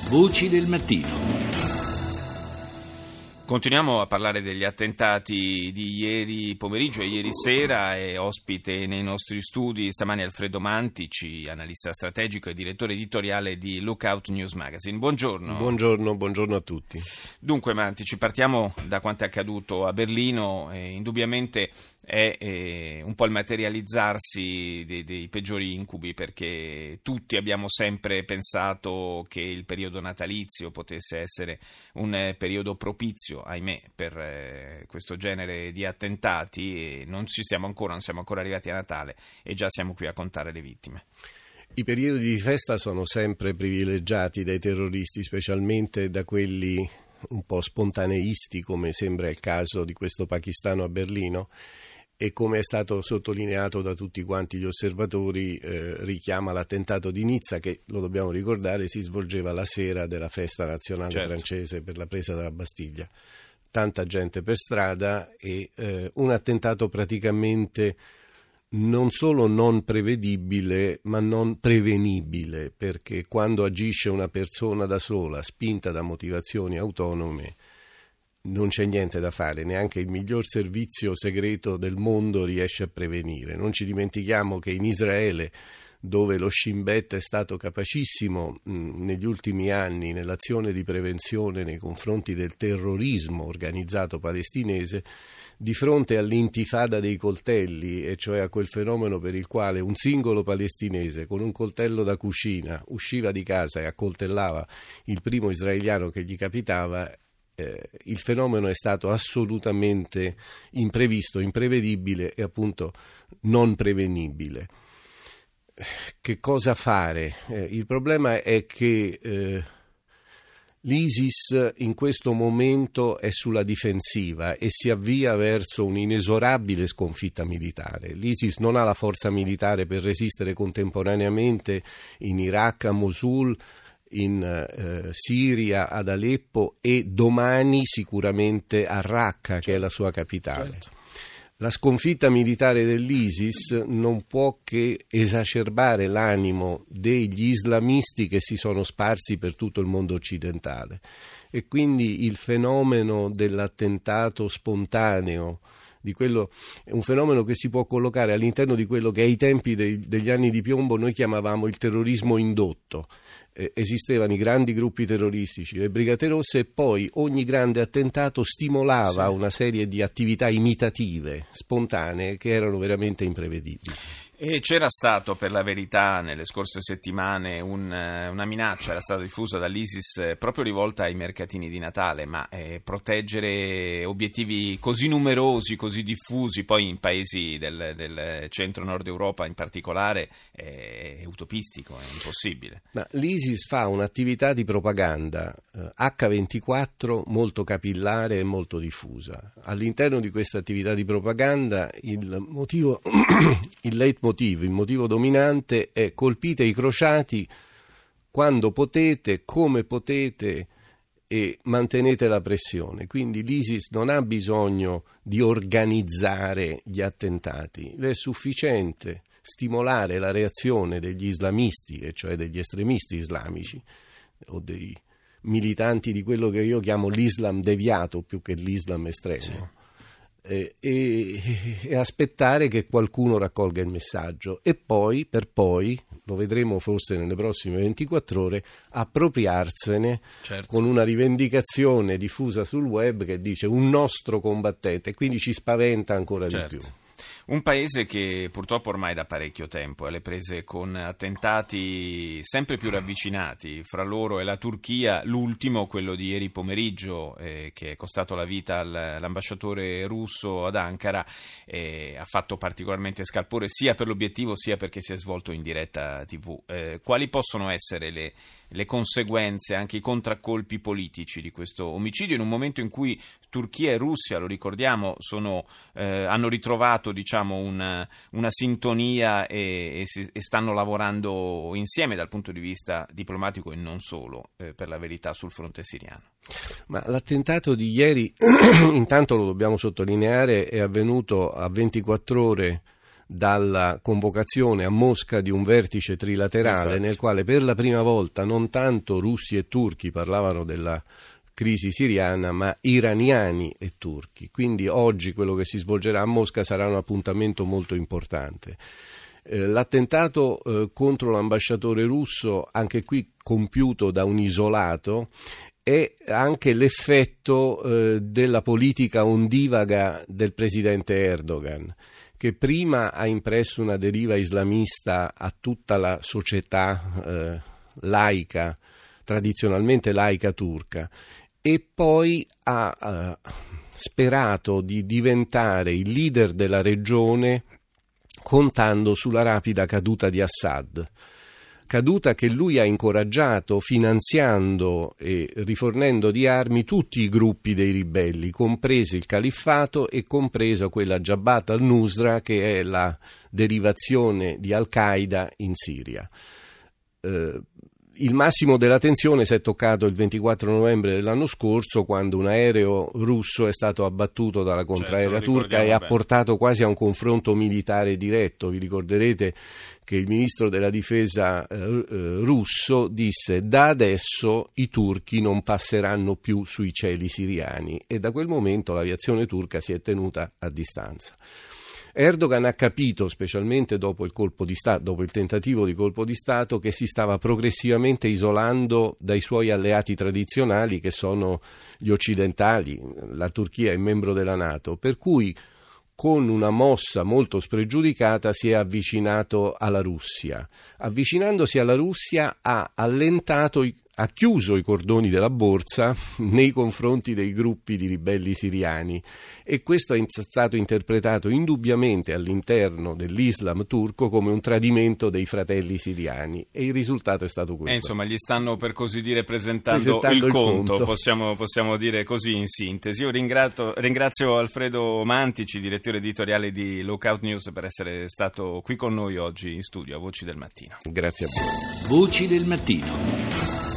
Voci del mattino. Continuiamo a parlare degli attentati di ieri pomeriggio e ieri sera, e ospite nei nostri studi stamani Alfredo Mantici, analista strategico e direttore editoriale di Lookout News Magazine. Buongiorno. Buongiorno a tutti. Dunque Mantici, partiamo da quanto è accaduto a Berlino. Indubbiamente è un po' il materializzarsi dei peggiori incubi, perché tutti abbiamo sempre pensato che il periodo natalizio potesse essere un periodo propizio, ahimè, per questo genere di attentati, e non siamo ancora arrivati a Natale e già siamo qui a contare le vittime. I periodi di festa sono sempre privilegiati dai terroristi, specialmente da quelli un po' spontaneisti, come sembra il caso di questo pakistano a Berlino, e come è stato sottolineato da tutti quanti gli osservatori, richiama l'attentato di Nizza, che, lo dobbiamo ricordare, si svolgeva la sera della festa nazionale francese per la presa della Bastiglia. Tanta gente per strada e un attentato praticamente non solo non prevedibile, ma non prevenibile, perché quando agisce una persona da sola, spinta da motivazioni autonome, non c'è niente da fare, neanche il miglior servizio segreto del mondo riesce a prevenire. Non ci dimentichiamo che in Israele, dove lo Shin Bet è stato capacissimo negli ultimi anni nell'azione di prevenzione nei confronti del terrorismo organizzato palestinese, di fronte all'intifada dei coltelli, e cioè a quel fenomeno per il quale un singolo palestinese con un coltello da cucina usciva di casa e accoltellava il primo israeliano che gli capitava, il fenomeno è stato assolutamente imprevisto, imprevedibile e appunto non prevenibile. Che cosa fare? Il problema è che l'ISIS in questo momento è sulla difensiva e si avvia verso un'inesorabile sconfitta militare. L'ISIS non ha la forza militare per resistere contemporaneamente in Iraq, a Mosul, in Siria, ad Aleppo, e domani sicuramente a Raqqa, che è la sua capitale. Certo. La sconfitta militare dell'ISIS non può che esacerbare l'animo degli islamisti che si sono sparsi per tutto il mondo occidentale, e quindi il fenomeno dell'attentato spontaneo, è un fenomeno che si può collocare all'interno di quello che ai tempi degli anni di piombo noi chiamavamo il terrorismo indotto. Esistevano i grandi gruppi terroristici, le Brigate Rosse, e poi ogni grande attentato stimolava una serie di attività imitative, spontanee, che erano veramente imprevedibili. E c'era stato, per la verità, nelle scorse settimane una minaccia, era stata diffusa dall'ISIS proprio rivolta ai mercatini di Natale, ma proteggere obiettivi così numerosi, così diffusi, poi in paesi del centro-nord Europa in particolare, è utopistico, è impossibile. Ma l'ISIS fa un'attività di propaganda H24 molto capillare e molto diffusa. All'interno di questa attività di propaganda il motivo dominante è: colpite i crociati quando potete, come potete, e mantenete la pressione. Quindi l'ISIS non ha bisogno di organizzare gli attentati, le è sufficiente stimolare la reazione degli islamisti, e cioè degli estremisti islamici o dei militanti di quello che io chiamo l'Islam deviato più che l'Islam estremo. Sì. E aspettare che qualcuno raccolga il messaggio e poi, lo vedremo forse nelle prossime 24 ore, appropriarsene con una rivendicazione diffusa sul web che dice un nostro combattente, e quindi ci spaventa ancora di più. Un paese che purtroppo ormai da parecchio tempo è alle prese con attentati sempre più ravvicinati, fra loro e la Turchia, l'ultimo, quello di ieri pomeriggio, che è costato la vita all'ambasciatore russo ad Ankara, ha fatto particolarmente scalpore sia per l'obiettivo sia perché si è svolto in diretta TV. Quali possono essere le conseguenze, anche i contraccolpi politici di questo omicidio, in un momento in cui Turchia e Russia, lo ricordiamo, hanno ritrovato una sintonia e stanno lavorando insieme dal punto di vista diplomatico e non solo, per la verità, sul fronte siriano. Ma l'attentato di ieri, intanto lo dobbiamo sottolineare, è avvenuto a 24 ore dalla convocazione a Mosca di un vertice trilaterale nel quale per la prima volta non tanto russi e turchi parlavano della crisi siriana, ma iraniani e turchi. Quindi oggi quello che si svolgerà a Mosca sarà un appuntamento molto importante. L'attentato contro l'ambasciatore russo, anche qui compiuto da un isolato, è anche l'effetto della politica ondivaga del presidente Erdogan, che prima ha impresso una deriva islamista a tutta la società laica, tradizionalmente laica turca, e poi ha sperato di diventare il leader della regione contando sulla rapida caduta di Assad. Caduta che lui ha incoraggiato finanziando e rifornendo di armi tutti i gruppi dei ribelli, compresi il califfato e compreso quella Jabhat al-Nusra, che è la derivazione di Al-Qaeda in Siria. Il massimo della tensione si è toccato il 24 novembre dell'anno scorso, quando un aereo russo è stato abbattuto dalla contraerea turca e ha portato quasi a un confronto militare diretto. Vi ricorderete che il ministro della difesa russo disse: da adesso i turchi non passeranno più sui cieli siriani, e da quel momento l'aviazione turca si è tenuta a distanza. Erdogan ha capito, specialmente dopo il colpo di Stato, dopo il tentativo di colpo di Stato, che si stava progressivamente isolando dai suoi alleati tradizionali, che sono gli occidentali. La Turchia è membro della NATO, per cui con una mossa molto spregiudicata si è avvicinato alla Russia. Avvicinandosi alla Russia ha chiuso i cordoni della borsa nei confronti dei gruppi di ribelli siriani, e questo è stato interpretato indubbiamente all'interno dell'Islam turco come un tradimento dei fratelli siriani, e il risultato è stato questo. Insomma, gli stanno, per così dire, presentando il conto. Possiamo dire così in sintesi. Io ringrazio Alfredo Mantici, direttore editoriale di Lookout News, per essere stato qui con noi oggi in studio a Voci del Mattino. Grazie a voi. Voci del Mattino.